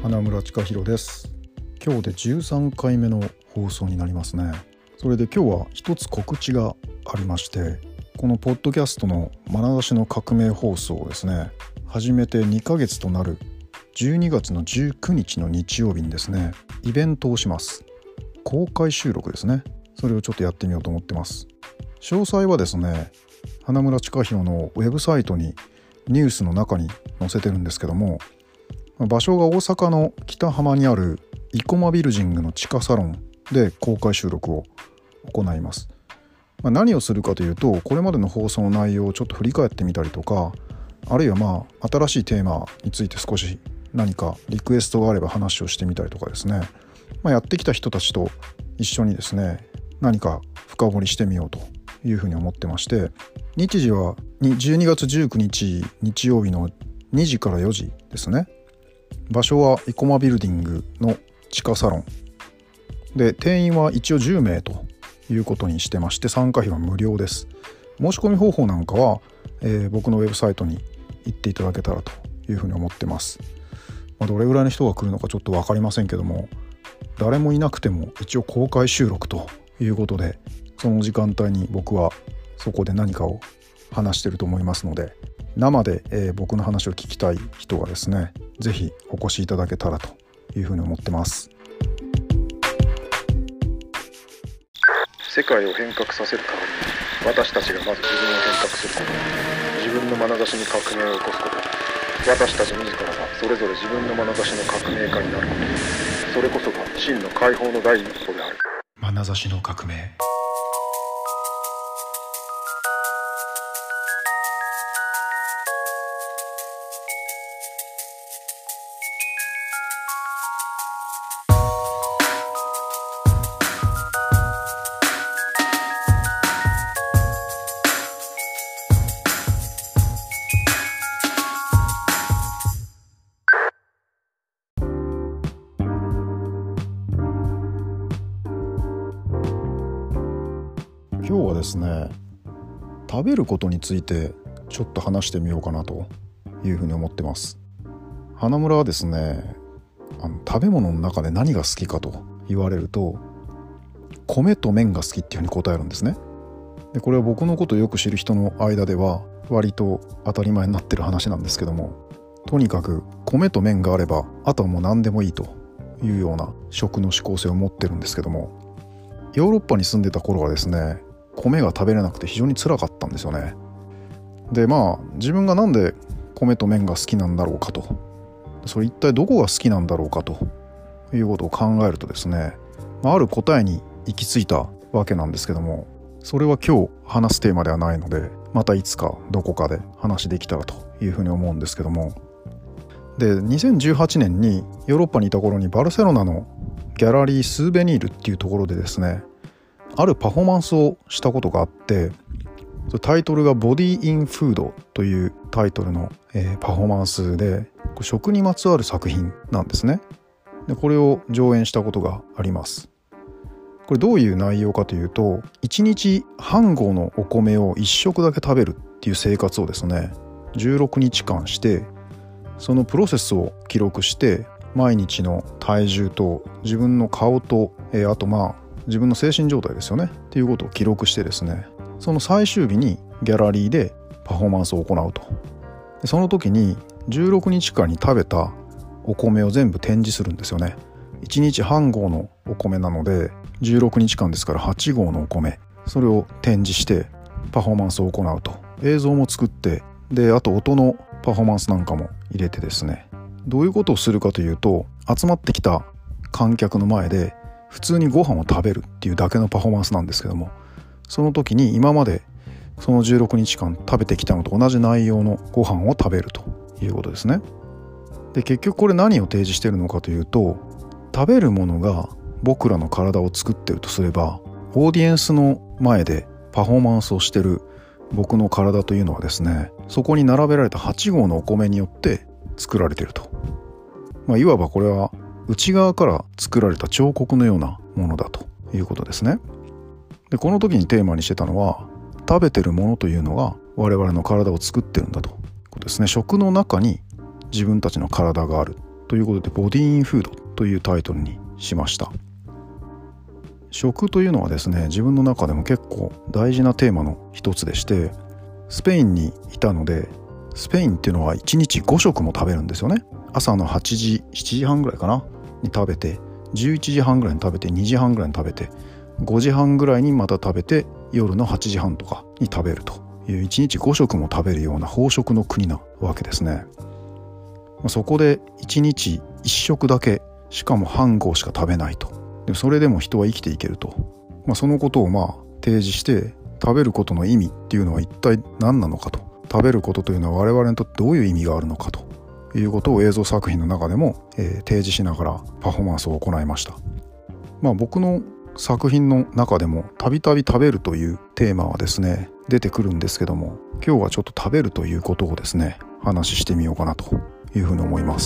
花村親弘です。今日で13回目の放送になりますね。それで今日は一つ告知がありまして、このポッドキャストの眼差しの革命放送をですね、始めて2ヶ月となる12月の19日の日曜日にですね、イベントをします。公開収録ですね。それをちょっとやってみようと思ってます。詳細はですね、花村親弘のウェブサイトにニュースの中に載せてるんですけども、場所が大阪の北浜にある生駒ビルジングの地下サロンで公開収録を行います。何をするかというと、これまでの放送の内容をちょっと振り返ってみたりとか、あるいは新しいテーマについて少し何かリクエストがあれば話をしてみたりとかですね、やってきた人たちと一緒にですね、何か深掘りしてみようというふうに思ってまして、日時は12月19日日曜日の2時から4時ですね。場所は生駒ビルディングの地下サロンで、定員は一応10名ということにしてまして、参加費は無料です。申し込み方法なんかは、僕のウェブサイトに行っていただけたらというふうに思ってます。どれぐらいの人が来るのかちょっと分かりませんけども、誰もいなくても一応公開収録ということで、その時間帯に僕はそこで何かを話してると思いますので、生で、僕の話を聞きたい人がですね、ぜひお越しいただけたらというふうに思ってます。 世界を変革させる代わりに、私たちがまず自分を変革すること、自分の眼差しに革命を起こすこと、私たち自らがそれぞれ自分の眼差しの革命家になること、それこそが真の解放の第一歩である。 眼差しの革命。今日はですね、食べることについてちょっと話してみようかなというふうに思ってます。花村はですね、食べ物の中で何が好きかと言われると、米と麺が好きっていうふうに答えるんですね。で、これは僕のことをよく知る人の間では割と当たり前になってる話なんですけども、とにかく米と麺があればあとはもう何でもいいというような食の指向性を持ってるんですけども、ヨーロッパに住んでた頃はですね、米が食べれなくて非常に辛かったんですよね。で、自分がなんで米と麺が好きなんだろうかと、それ一体どこが好きなんだろうかということを考えるとですね、ある答えに行き着いたわけなんですけども、それは今日話すテーマではないので、またいつかどこかで話できたらというふうに思うんですけども、で、2018年にヨーロッパにいた頃にバルセロナのギャラリースーベニールっていうところでですね、あるパフォーマンスをしたことがあって、タイトルがボディインフードというタイトルの、パフォーマンスで、食にまつわる作品なんですね。で、これを上演したことがあります。これどういう内容かというと、1日半合のお米を1食だけ食べるっていう生活をですね、16日間して、そのプロセスを記録して、毎日の体重と自分の顔と、あと自分の精神状態ですよねっていうことを記録してですね、その最終日にギャラリーでパフォーマンスを行うと。で、その時に16日間に食べたお米を全部展示するんですよね。1日半合のお米なので16日間ですから8合のお米、それを展示してパフォーマンスを行うと。映像も作って、で、あと音のパフォーマンスなんかも入れてですね、どういうことをするかというと、集まってきた観客の前で普通にご飯を食べるっていうだけのパフォーマンスなんですけども、その時に今までその16日間食べてきたのと同じ内容のご飯を食べるということですね。で、結局これ何を提示しているのかというと、食べるものが僕らの体を作ってるとすれば、オーディエンスの前でパフォーマンスをしてる僕の体というのはですね、そこに並べられた8合のお米によって作られていると。いわばこれは内側から作られた彫刻のようなものだということですね。で、この時にテーマにしてたのは、食べてるものというのが我々の体を作ってるんだということですね。食の中に自分たちの体があるとということでボディインフードというタイトルにしました。食というのはですね、自分の中でも結構大事なテーマの一つでして、スペインにいたので、スペインっていうのは1日5食も食べるんですよね。朝の8時7時半ぐらいかなに食べて、11時半ぐらいに食べて、2時半ぐらいに食べて、5時半ぐらいにまた食べて、夜の8時半とかに食べるという1日5食も食べるような飽食の国なわけですね。そこで1日1食だけ、しかも半合しか食べないと。でそれでも人は生きていけると、そのことを提示して、食べることの意味っていうのは一体何なのかと、食べることというのは我々にとってどういう意味があるのかということを映像作品の中でも、提示しながらパフォーマンスを行いました。僕の作品の中でもたびたび食べるというテーマはですね出てくるんですけども、今日はちょっと食べるということをですね話してみようかなというふうに思います。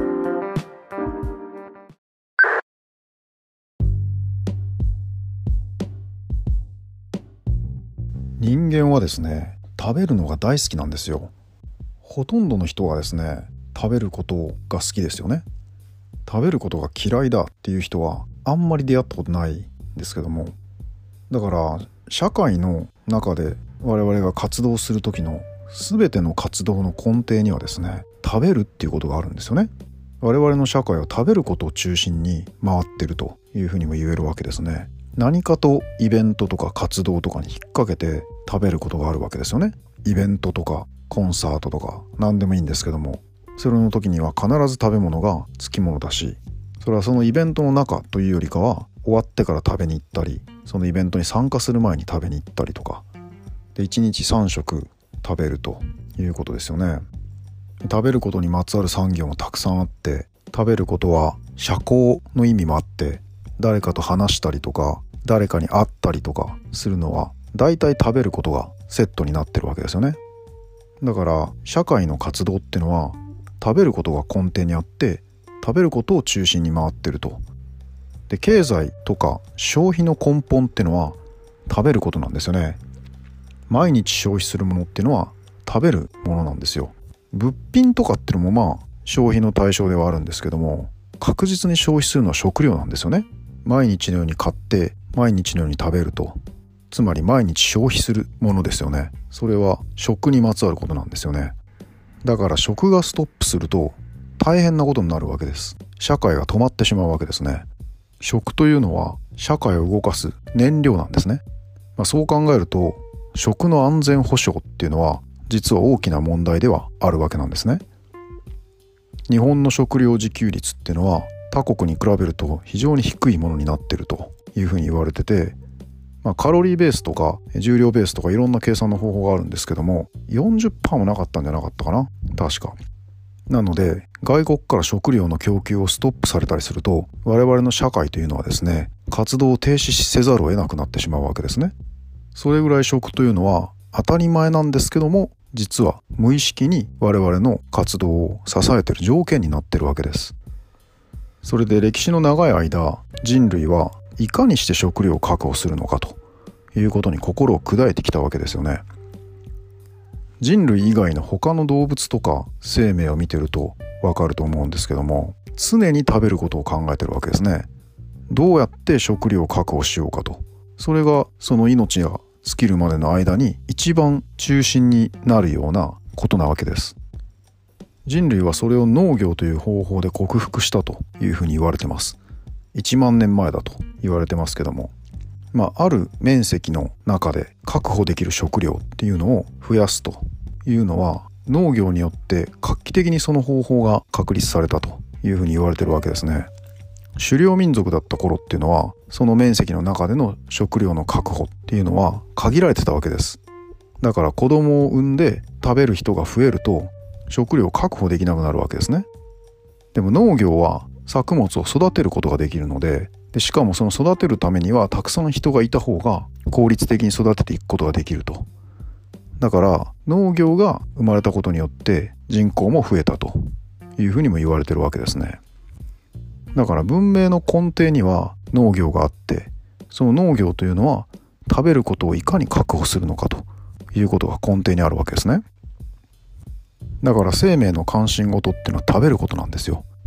人間はですね食べるのが大好きなんですよ。ほとんどの人がですね食べることが好きですよね。食べることが嫌いだっていう人はあんまり出会ったことないんですけども、だから社会の中で我々が活動する時の全ての活動の根底にはですね食べるっていうことがあるんですよね。我々の社会は食べることを中心に回ってるというふうにも言えるわけですね。何かとイベントとか活動とかに引っ掛けて食べることがあるわけですよね。イベントとかコンサートとか何でもいいんですけども、それの時には必ず食べ物がつきものだし、それはそのイベントの中というよりかは終わってから食べに行ったり、そのイベントに参加する前に食べに行ったりとかで、1日3食食べるということですよね。食べることにまつわる産業もたくさんあって、食べることは社交の意味もあって、誰かと話したりとか誰かに会ったりとかするのは大体食べることがセットになってるわけですよね。だから社会の活動っていうのは食べることが根底にあって、食べることを中心に回ってると。で経済とか消費の根本っていうのは食べることなんですよね。毎日消費するものっていうのは食べるものなんですよ。物品とかっていうのも消費の対象ではあるんですけども、確実に消費するのは食料なんですよね。毎日のように買って毎日のように食べると、つまり毎日消費するものですよね。それは食にまつわることなんですよね。だから食がストップすると大変なことになるわけです。社会が止まってしまうわけですね。食というのは社会を動かす燃料なんですね。そう考えると食の安全保障っていうのは実は大きな問題ではあるわけなんですね。日本の食料自給率っていうのは他国に比べると非常に低いものになっているというふうに言われてて、カロリーベースとか重量ベースとかいろんな計算の方法があるんですけども、 40% もなかったんじゃなかったかな、確か。なので外国から食料の供給をストップされたりすると、我々の社会というのはですね活動を停止せざるを得なくなってしまうわけですね。それぐらい食というのは当たり前なんですけども、実は無意識に我々の活動を支えている条件になっているわけです。それで歴史の長い間、人類はいかにして食料を確保するのかということに心を砕いてきたわけですよね。人類以外の他の動物とか生命を見てるとわかると思うんですけども、常に食べることを考えてるわけですね。どうやって食料を確保しようかと。それがその命が尽きるまでの間に一番中心になるようなことなわけです。人類はそれを農業という方法で克服したというふうに言われてます。1万年前だと言われてますけども、ある面積の中で確保できる食料っていうのを増やすというのは、農業によって画期的にその方法が確立されたというふうに言われてるわけですね。狩猟民族だった頃っていうのは、その面積の中での食料の確保っていうのは限られてたわけです。だから子供を産んで食べる人が増えると食料を確保できなくなるわけですね。でも農業は作物を育てることができるので、しかもその育てるためにはたくさん人がいた方が効率的に育てていくことができると。だから農業が生まれたことによって人口も増えたというふうにも言われてるわけですね。だから文明の根底には農業があって、その農業というのは食べることをいかに確保するのかということが根底にあるわけですね。だから生命の関心事っていうのは食べることなんですよ。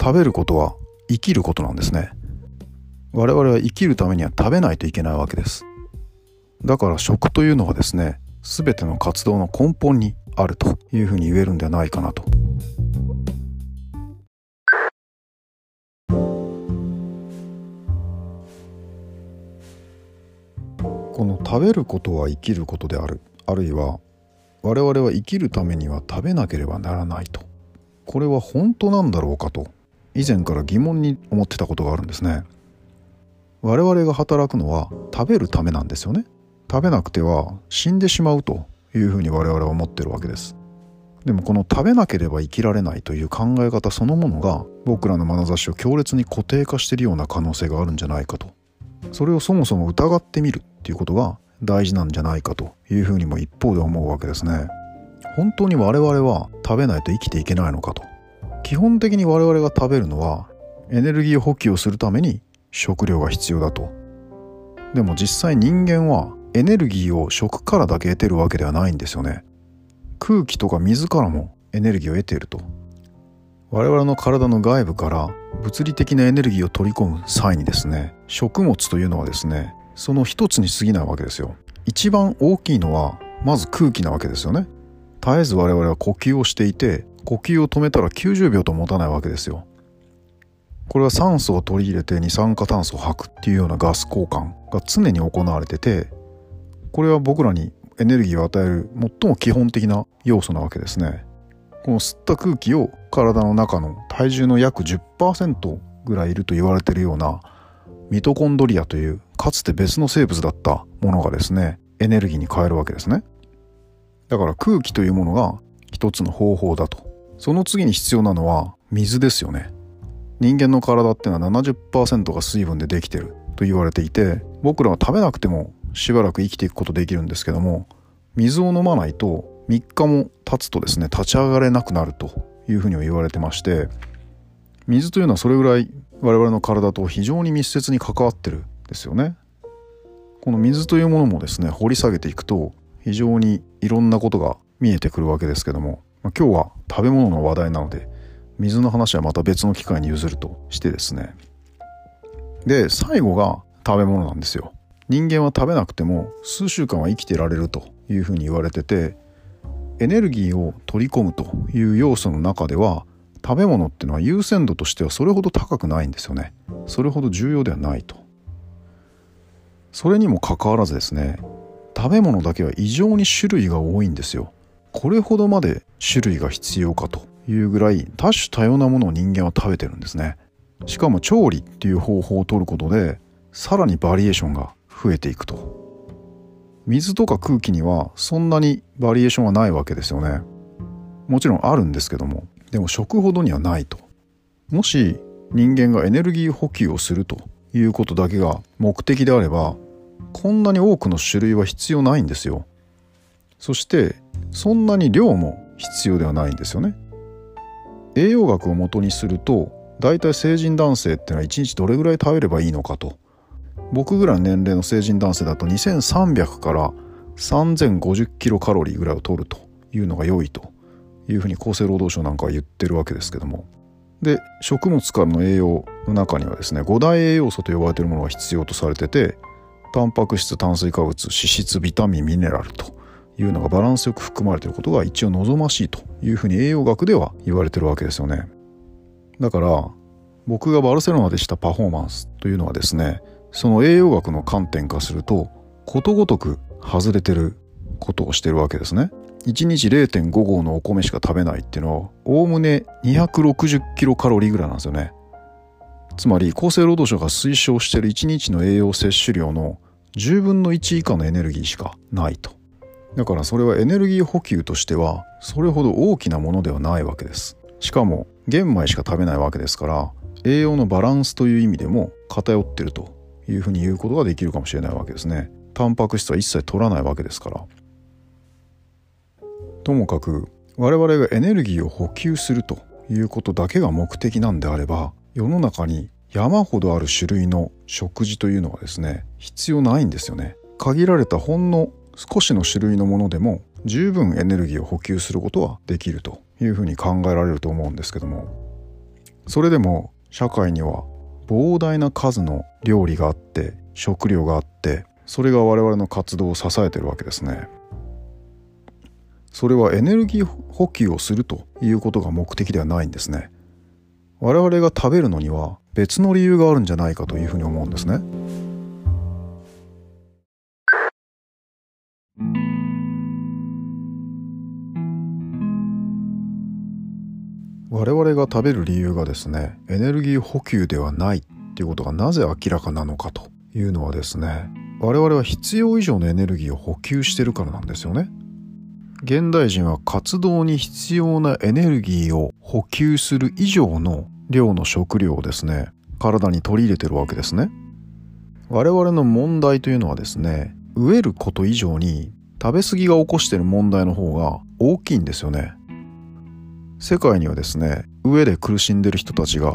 食べることは生きることなんですね。我々は生きるためには食べないといけないわけです。だから食というのはですね、全ての活動の根本にあるというふうに言えるんではないかなと。この食べることは生きることである、あるいは我々は生きるためには食べなければならないと、これは本当なんだろうかと以前から疑問に思ってたことがあるんですね。我々が働くのは食べるためなんですよね。食べなくては死んでしまうというふうに我々は思ってるわけです。でもこの食べなければ生きられないという考え方そのものが僕らの眼差しを強烈に固定化しているような可能性があるんじゃないかと、それをそもそも疑ってみるっていうことが大事なんじゃないかというふうにも一方で思うわけですね。本当に我々は食べないと生きていけないのかと。基本的に我々が食べるのはエネルギー補給をするために食料が必要だと。でも実際人間はエネルギーを食からだけ得てるわけではないんですよね。空気とか水からもエネルギーを得ていると。我々の体の外部から物理的なエネルギーを取り込む際にですね、食物というのはですね、その一つに過ぎないわけですよ。一番大きいのはまず空気なわけですよね。絶えず我々は呼吸をしていて、呼吸を止めたら90秒と持たないわけですよ。これは酸素を取り入れて二酸化炭素を吐くっていうようなガス交換が常に行われてて、これは僕らにエネルギーを与える最も基本的な要素なわけですね。この吸った空気を体の中の体重の約 10% ぐらいいると言われているようなミトコンドリアというかつて別の生物だったものがですね、エネルギーに変えるわけですね。だから空気というものが一つの方法だと。その次に必要なのは水ですよね。人間の体っていうのは 70% が水分でできてると言われていて、僕らは食べなくてもしばらく生きていくことできるんですけども、水を飲まないと3日も経つとですね、立ち上がれなくなるというふうには言われてまして、水というのはそれぐらい我々の体と非常に密接に関わってるんですよね。この水というものもですね、掘り下げていくと非常にいろんなことが見えてくるわけですけども、今日は食べ物の話題なので水の話はまた別の機会に譲るとしてですね、で最後が食べ物なんですよ。人間は食べなくても数週間は生きていられるというふうに言われてて、エネルギーを取り込むという要素の中では食べ物っていうのは優先度としてはそれほど高くないんですよね。それほど重要ではないと。それにもかかわらずですね、食べ物だけは異常に種類が多いんですよ。これほどまで種類が必要かというぐらい多種多様なものを人間は食べてるんですね。しかも調理っていう方法を取ることでさらにバリエーションが増えていくと。水とか空気にはそんなにバリエーションはないわけですよね。もちろんあるんですけども、でも食ほどにはないと。もし人間がエネルギー補給をするということだけが目的であれば、こんなに多くの種類は必要ないんですよ。そしてそんなに量も必要ではないんですよね。栄養学を元にすると、だいたい成人男性っていうのは1日どれぐらい食べればいいのかと。僕ぐらいの年齢の成人男性だと2300から3050キロカロリーぐらいを取るというのが良いというふうに厚生労働省なんかは言ってるわけですけども、で食物からの栄養の中にはですね、5大栄養素と呼ばれているものが必要とされてて、タンパク質、炭水化物、脂質、ビタミン、ミネラルというのがバランスよく含まれていることが一応望ましいというふうに栄養学では言われてるわけですよね。だから僕がバルセロナでしたパフォーマンスというのはですね、その栄養学の観点からするとことごとく外れてることをしてるわけですね。1日 0.5 合のお米しか食べないっていうのはおおむね260キロカロリーぐらいなんですよね。つまり厚生労働省が推奨している1日の栄養摂取量の10分の1以下のエネルギーしかないと。だからそれはエネルギー補給としてはそれほど大きなものではないわけです。しかも玄米しか食べないわけですから、栄養のバランスという意味でも偏っているというふうに言うことができるかもしれないわけですね。タンパク質は一切取らないわけですから。ともかく我々がエネルギーを補給するということだけが目的なんであれば、世の中に山ほどある種類の食事というのはですね、必要ないんですよね。限られたほんの少しの種類のものでも十分エネルギーを補給することはできるというふうに考えられると思うんですけども、 それでも社会には膨大な数の料理があって食料があって、それが我々の活動を支えているわけですね。それはエネルギー補給をするということが目的ではないんですね。我々が食べるのには別の理由があるんじゃないかというふうに思うんですね。我々が食べる理由がですね、エネルギー補給ではないっていうことがなぜ明らかなのかというのはですね、我々は必要以上のエネルギーを補給してるからなんですよね。現代人は活動に必要なエネルギーを補給する以上の量の食料をですね、体に取り入れてるわけですね。我々の問題というのはですね、飢えること以上に食べ過ぎが起こしている問題の方が大きいんですよね。世界にはですね、飢えで苦しんでいる人たちが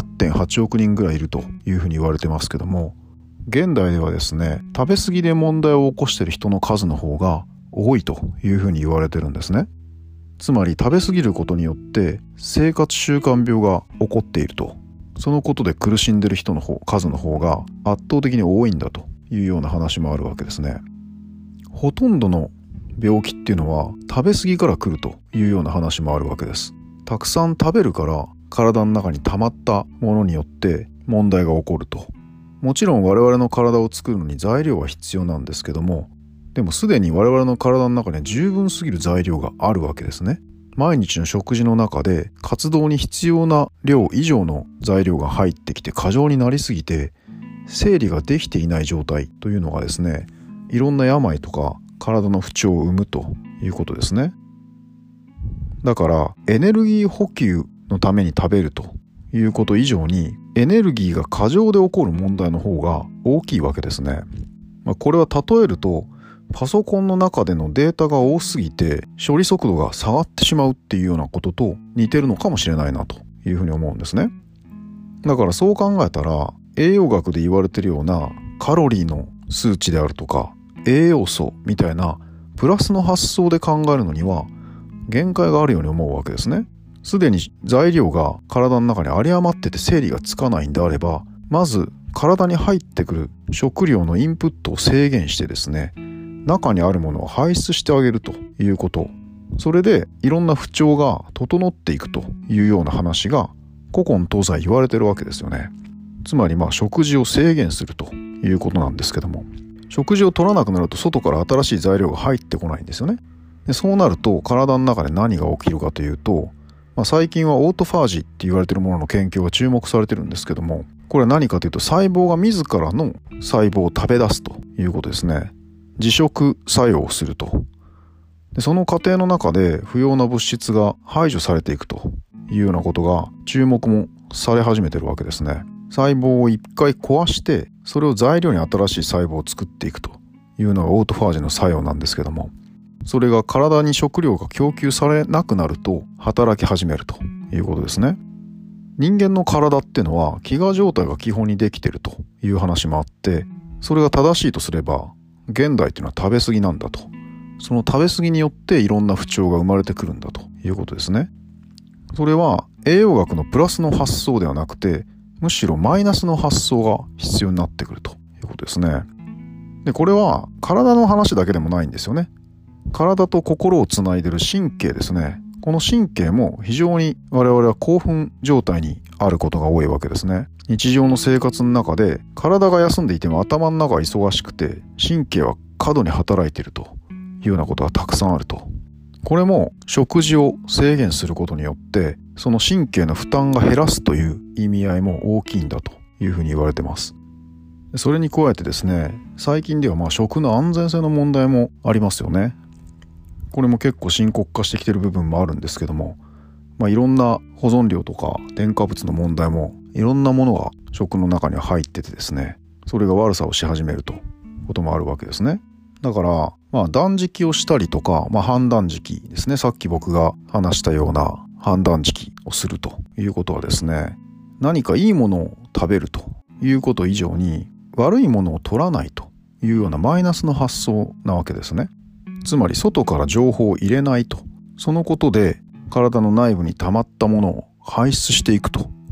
8.8 億人ぐらいいるというふうに言われてますけども、現代ではですね、食べ過ぎで問題を起こしている人の数の方が多いというふうに言われてるんですね。つまり食べ過ぎることによって生活習慣病が起こっていると、そのことで苦しんでいる人の数の方が圧倒的に多いんだというような話もあるわけですね。ほとんどの病気っていうのは食べ過ぎから来るというような話もあるわけです。たくさん食べるから体の中に溜まったものによって問題が起こると。もちろん我々の体を作るのに材料は必要なんですけども、でもすでに我々の体の中には十分すぎる材料があるわけですね。毎日の食事の中で活動に必要な量以上の材料が入ってきて過剰になりすぎて整理ができていない状態というのがですね、いろんな病とか体の不調を生むということですね。だからエネルギー補給のために食べるということ以上にエネルギーが過剰で起こる問題の方が大きいわけですね。これは例えるとパソコンの中でのデータが多すぎて処理速度が下がってしまうっていうようなことと似てるのかもしれないなというふうに思うんですね。だからそう考えたら栄養学で言われてるようなカロリーの数値であるとか栄養素みたいなプラスの発想で考えるのには限界があるように思うわけですね。すでに材料が体の中に有り余ってて整理がつかないんであれば、まず体に入ってくる食料のインプットを制限してですね、中にあるものを排出してあげるということ、それでいろんな不調が整っていくというような話が古今東西言われてるわけですよね。つまり食事を制限するということなんですけども、食事を取らなくなると外から新しい材料が入ってこないんですよね。でそうなると体の中で何が起きるかというと、最近はオートファージって言われているものの研究が注目されてるんですけども、これは何かというと細胞が自らの細胞を食べ出すということですね。自食作用をすると。でその過程の中で不要な物質が排除されていくというようなことが注目もされ始めてるわけですね。細胞を一回壊してそれを材料に新しい細胞を作っていくというのがオートファージの作用なんですけども、それが体に食料が供給されなくなると働き始めるということですね。人間の体っていうのは飢餓状態が基本にできているという話もあって、それが正しいとすれば現代っていうのは食べ過ぎなんだと。その食べ過ぎによっていろんな不調が生まれてくるんだということですね。それは栄養学のプラスの発想ではなくて、むしろマイナスの発想が必要になってくるということですね。でこれは体の話だけでもないんですよね。体と心をつないでる神経ですね。この神経も非常に我々は興奮状態にあることが多いわけですね。日常の生活の中で体が休んでいても頭の中が忙しくて神経は過度に働いているというようなことがたくさんあると。これも食事を制限することによってその神経の負担が減らすという意味合いも大きいんだというふうに言われてます。それに加えてですね、最近では食の安全性の問題もありますよね。これも結構深刻化してきてる部分もあるんですけども、いろんな保存料とか添加物の問題もいろんなものが食の中には入っててですね、それが悪さをし始めるということもあるわけですね。だから断食をしたりとか、判断食ですね、さっき僕が話したような判断食をするということはですね、何かいいものを食べるということ以上に悪いものを取らないというようなマイナスの発想なわけですね。つまり外から情報を入れないと、そのことで体の内部に溜まったものを排出していくと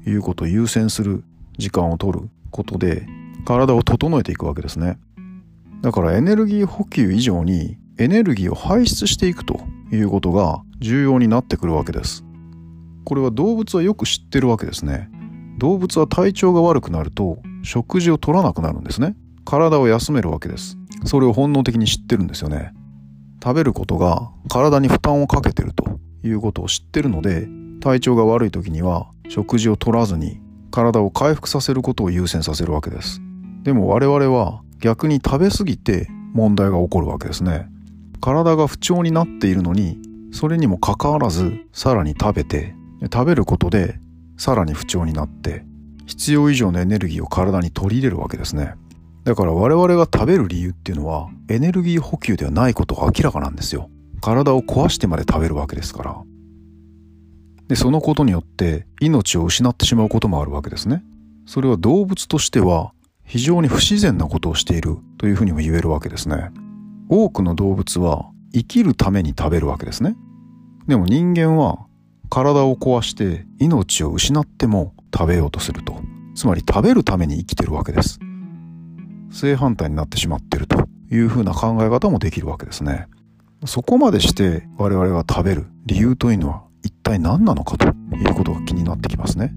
いうことを優先する時間を取ることで体を整えていくわけですね。だからエネルギー補給以上にエネルギーを排出していくということが重要になってくるわけです。これは動物はよく知ってるわけですね。動物は体調が悪くなると食事を取らなくなるんですね。体を休めるわけです。それを本能的に知ってるんですよね。食べることが体に負担をかけてるということを知ってるので、体調が悪い時には食事を取らずに体を回復させることを優先させるわけです。でも我々は逆に食べ過ぎて問題が起こるわけですね。体が不調になっているのに、それにもかかわらずさらに食べて、食べることでさらに不調になって必要以上のエネルギーを体に取り入れるわけですね。だから我々が食べる理由っていうのはエネルギー補給ではないことが明らかなんですよ。体を壊してまで食べるわけですから。でそのことによって命を失ってしまうこともあるわけですね。それは動物としては非常に不自然なことをしているというふうにも言えるわけですね。多くの動物は生きるために食べるわけですね。でも人間は体を壊して命を失っても食べようとすると、つまり食べるために生きてるわけです。正反対になってしまっているというふうな考え方もできるわけですね。そこまでして我々が食べる理由というのは一体何なのかということが気になってきますね。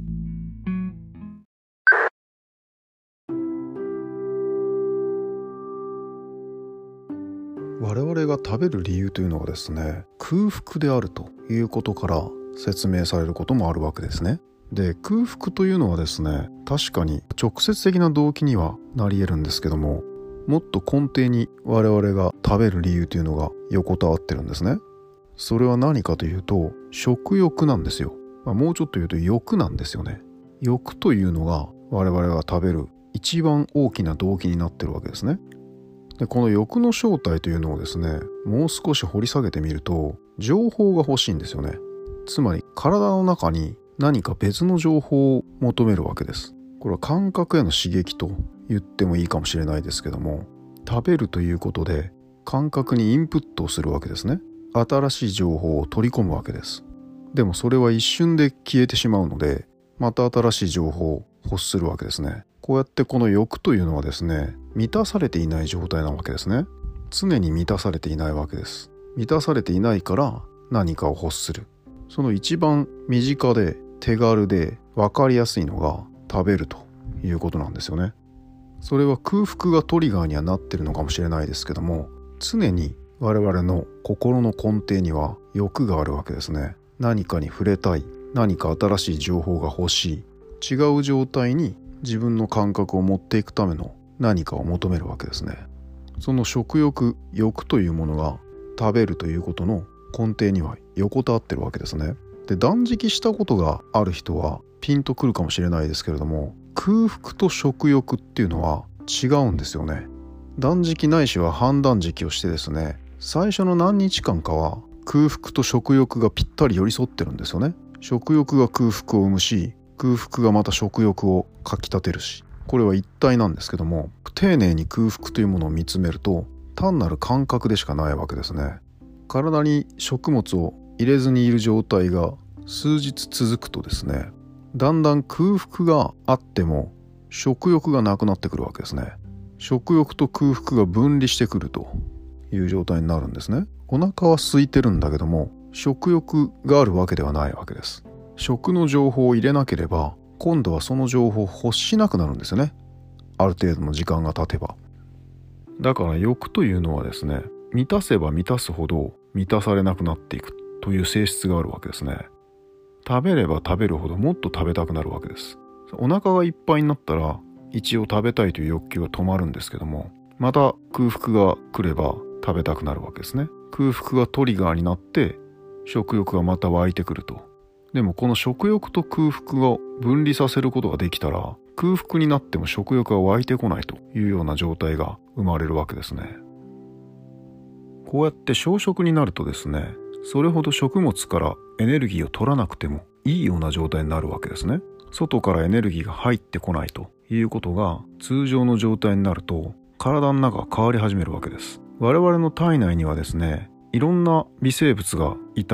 我々が食べる理由というのはですね、空腹であるということから説明されることもあるわけですね。で、空腹というのはですね、確かに直接的な動機にはなり得るんですけども、もっと根底に我々が食べる理由というのが横たわってるんですね。それは何かというと、食欲なんですよ。もうちょっと言うと欲なんですよね。欲というのが我々が食べる一番大きな動機になってるわけですね。でこの欲の正体というのをですね、もう少し掘り下げてみると、情報が欲しいんですよね。つまり体の中に何か別の情報を求めるわけです。これは感覚への刺激と言ってもいいかもしれないですけども、食べるということで感覚にインプットをするわけですね。新しい情報を取り込むわけです。でもそれは一瞬で消えてしまうので、また新しい情報を欲するわけですね。こうやってこの欲というのはですね、満たされていない状態なわけですね。常に満たされていないわけです。満たされていないから何かを欲する。その一番身近で手軽で分かりやすいのが食べるということなんですよね。それは空腹がトリガーにはなってるのかもしれないですけども、常に我々の心の根底には欲があるわけですね。何かに触れたい、何か新しい情報が欲しい、違う状態に自分の感覚を持っていくための何かを求めるわけですね。その食欲、欲というものが食べるということの根底には横たわってるわけですね。で、断食したことがある人はピンとくるかもしれないですけれども、空腹と食欲っていうのは違うんですよね。断食ないしは半断食をしてですね、最初の何日間かは空腹と食欲がぴったり寄り添ってるんですよね。食欲が空腹を生むし、空腹がまた食欲をかきたてるし、これは一体なんですけども、丁寧に空腹というものを見つめると単なる感覚でしかないわけですね。体に食物を入れずにいる状態が数日続くとですね、だんだん空腹があっても食欲がなくなってくるわけですね。食欲と空腹が分離してくるという状態になるんですね。お腹は空いてるんだけども食欲があるわけではないわけです。食の情報を入れなければ今度はその情報を欲しなくなるんですよね。ある程度の時間が経てば。だから欲というのはですね、満たせば満たすほど満たされなくなっていくという性質があるわけですね。食べれば食べるほどもっと食べたくなるわけです。お腹がいっぱいになったら一応食べたいという欲求が止まるんですけども、また空腹が来れば食べたくなるわけですね。空腹がトリガーになって食欲がまた湧いてくると。でもこの食欲と空腹を分離させることができたら、空腹になっても食欲が湧いてこないというような状態が生まれるわけですね。こうやって小食になるとですね、それほど食物からエネルギーを取らなくてもいいような状態になるわけですね。外からエネルギーが入ってこないということが通常の状態になると、体の中が変わり始めるわけです。我々の体内にはですね、いろんな微生物がいたり、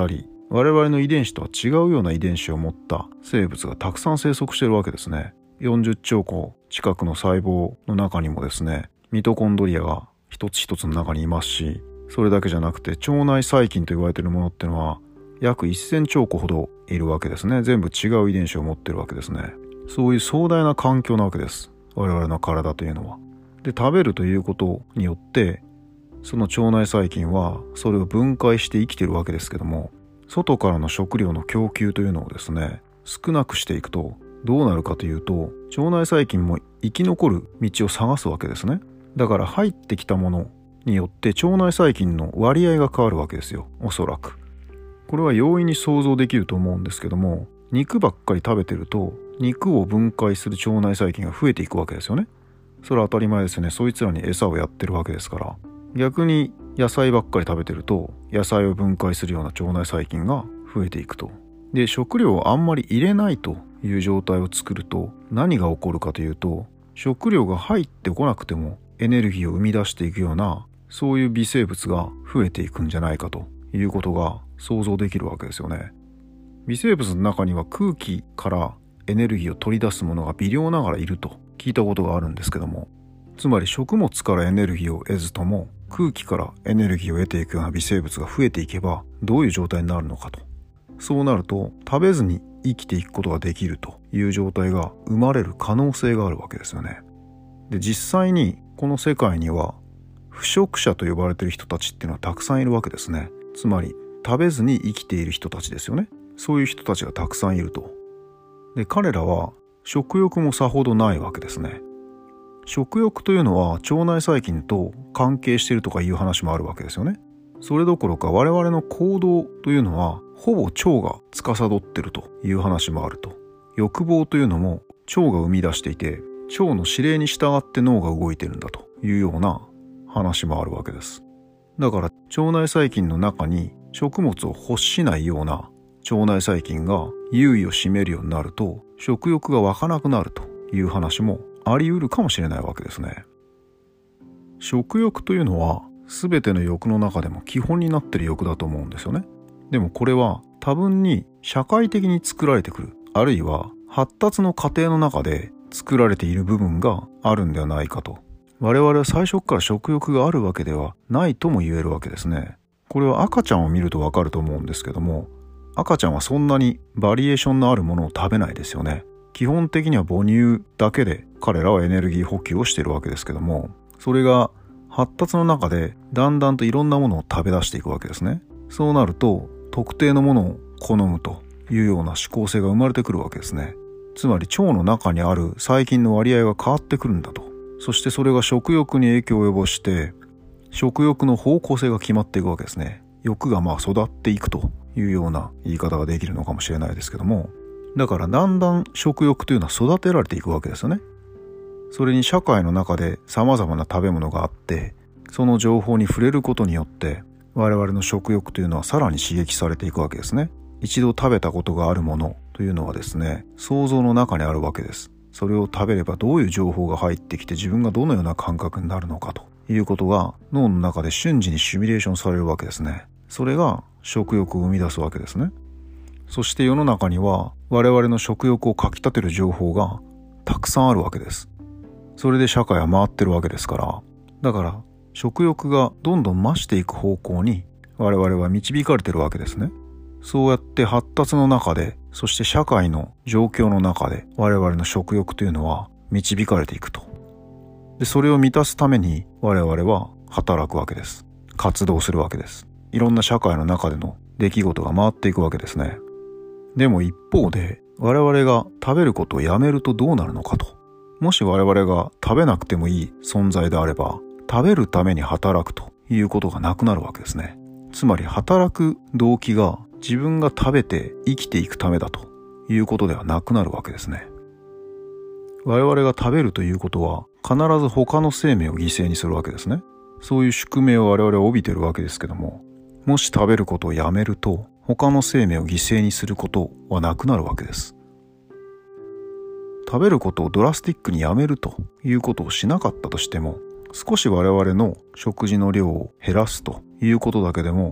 我々の遺伝子とは違うような遺伝子を持った生物がたくさん生息しているわけですね。40兆個近くの細胞の中にもですね、ミトコンドリアが一つ一つの中にいますし、それだけじゃなくて腸内細菌と言われているものっていうのは約1000兆個ほどいるわけですね。全部違う遺伝子を持っているわけですね。そういう壮大な環境なわけです。我々の体というのは。で、食べるということによってその腸内細菌はそれを分解して生きているわけですけども、外からの食料の供給というのをですね、少なくしていくとどうなるかというと、腸内細菌も生き残る道を探すわけですね。だから入ってきたものによって腸内細菌の割合が変わるわけですよ、おそらく。これは容易に想像できると思うんですけども、肉ばっかり食べてると肉を分解する腸内細菌が増えていくわけですよね。それは当たり前ですよね。そいつらに餌をやってるわけですから。逆に野菜ばっかり食べてると野菜を分解するような腸内細菌が増えていくと。で、食料をあんまり入れないという状態を作ると何が起こるかというと、食料が入ってこなくてもエネルギーを生み出していくような、そういう微生物が増えていくんじゃないかということが想像できるわけですよね。微生物の中には空気からエネルギーを取り出すものが微量ながらいると聞いたことがあるんですけども、つまり食物からエネルギーを得ずとも空気からエネルギーを得ていくような微生物が増えていけばどういう状態になるのかと。そうなると食べずに生きていくことができるという状態が生まれる可能性があるわけですよね。で、実際にこの世界には不食者と呼ばれている人たちっていうのはたくさんいるわけですね。つまり食べずに生きている人たちですよね。そういう人たちがたくさんいると。で、彼らは食欲もさほどないわけですね。食欲というのは腸内細菌と関係しているとかいう話もあるわけですよね。それどころか我々の行動というのはほぼ腸が司っているという話もあると。欲望というのも腸が生み出していて、腸の指令に従って脳が動いているんだというような話もあるわけです。だから腸内細菌の中に食物を欲しないような腸内細菌が優位を占めるようになると食欲が湧かなくなるという話もあり得るかもしれないわけですね。食欲というのは全ての欲の中でも基本になっている欲だと思うんですよね。でもこれは多分に社会的に作られてくる、あるいは発達の過程の中で作られている部分があるんではないかと。我々は最初から食欲があるわけではないとも言えるわけですね。これは赤ちゃんを見るとわかると思うんですけども、赤ちゃんはそんなにバリエーションのあるものを食べないですよね。基本的には母乳だけで彼らはエネルギー補給をしているわけですけども、それが発達の中でだんだんといろんなものを食べ出していくわけですね。そうなると特定のものを好むというような思考性が生まれてくるわけですね。つまり腸の中にある細菌の割合が変わってくるんだと。そしてそれが食欲に影響を及ぼして食欲の方向性が決まっていくわけですね。欲が育っていくというような言い方ができるのかもしれないですけども、だからだんだん食欲というのは育てられていくわけですよね。それに社会の中で様々な食べ物があって、その情報に触れることによって我々の食欲というのはさらに刺激されていくわけですね。一度食べたことがあるものというのはですね、想像の中にあるわけです。それを食べればどういう情報が入ってきて自分がどのような感覚になるのかということが脳の中で瞬時にシミュレーションされるわけですね。それが食欲を生み出すわけですね。そして世の中には我々の食欲をかき立てる情報がたくさんあるわけです。それで社会は回ってるわけですから、だから食欲がどんどん増していく方向に我々は導かれてるわけですね。そうやって発達の中で、そして社会の状況の中で我々の食欲というのは導かれていくと。で、それを満たすために我々は働くわけです。活動するわけです。いろんな社会の中での出来事が回っていくわけですね。でも一方で我々が食べることをやめるとどうなるのかと。もし我々が食べなくてもいい存在であれば、食べるために働くということがなくなるわけですね。つまり働く動機が自分が食べて生きていくためだということではなくなるわけですね。我々が食べるということは必ず他の生命を犠牲にするわけですね。そういう宿命を我々は帯びているわけですけども、もし食べることをやめると他の生命を犠牲にすることはなくなるわけです。食べることをドラスティックにやめるということをしなかったとしても、少し我々の食事の量を減らすということだけでも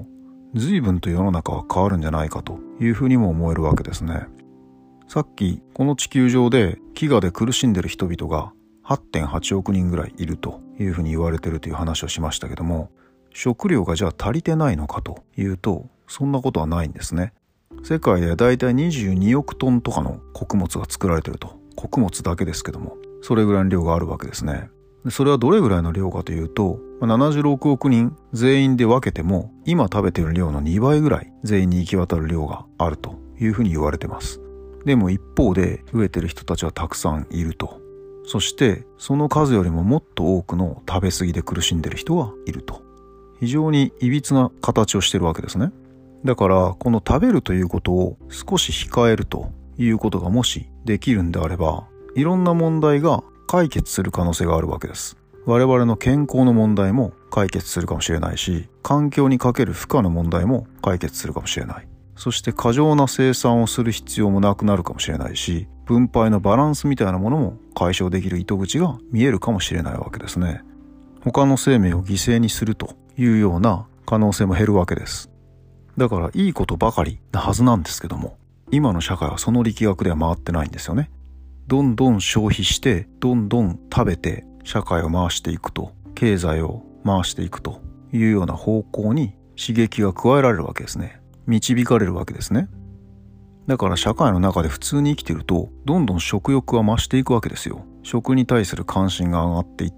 随分と世の中は変わるんじゃないかというふうにも思えるわけですね。さっきこの地球上で飢餓で苦しんでる人々が 8.8 億人ぐらいいるというふうに言われてるという話をしましたけども、食料がじゃあ足りてないのかというと、そんなことはないんですね。世界ではだいたい22億トンとかの穀物が作られてると。穀物だけですけども、それぐらいの量があるわけですね。それはどれぐらいの量かというと、76億人全員で分けても今食べてる量の2倍ぐらい全員に行き渡る量があるというふうに言われてます。でも一方で飢えてる人たちはたくさんいると。そしてその数よりももっと多くの食べ過ぎで苦しんでる人はいると。非常に歪な形をしてるわけですね。だからこの食べるということを少し控えるということがもしできるんであれば、いろんな問題が解決する可能性があるわけです。我々の健康の問題も解決するかもしれないし、環境にかける負荷の問題も解決するかもしれない。そして過剰な生産をする必要もなくなるかもしれないし、分配のバランスみたいなものも解消できる糸口が見えるかもしれないわけですね。他の生命を犠牲にするというような可能性も減るわけです。だからいいことばかりなはずなんですけども、今の社会はその力学では回ってないんですよね。どんどん消費してどんどん食べて社会を回していくと、経済を回していくというような方向に刺激が加えられるわけですね。導かれるわけですね。だから社会の中で普通に生きているとどんどん食欲は増していくわけですよ。食に対する関心が上がっていって、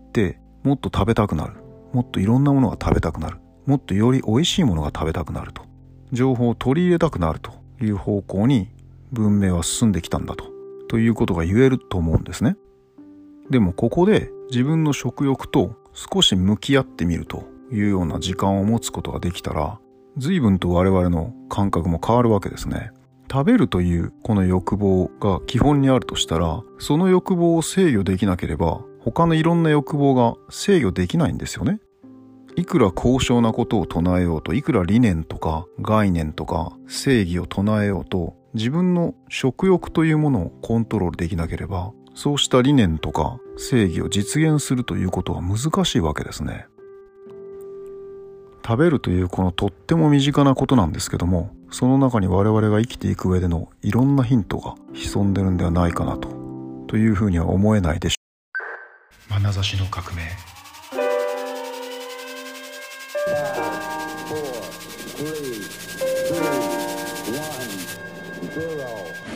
もっと食べたくなる、もっといろんなものが食べたくなる、もっとより美味しいものが食べたくなると、情報を取り入れたくなるという方向に文明は進んできたんだということが言えると思うんですね。でもここで自分の食欲と少し向き合ってみるというような時間を持つことができたら、随分と我々の感覚も変わるわけですね。食べるというこの欲望が基本にあるとしたら、その欲望を制御できなければ他のいろんな欲望が制御できないんですよね。いくら高尚なことを唱えようと、いくら理念とか概念とか正義を唱えようと、自分の食欲というものをコントロールできなければ、そうした理念とか正義を実現するということは難しいわけですね。食べるというこのとっても身近なことなんですけども、その中に我々が生きていく上でのいろんなヒントが潜んでるんではないかなというふうには思えないでしょう。眼差しの革命。5, 4, 3, 2, 1, 0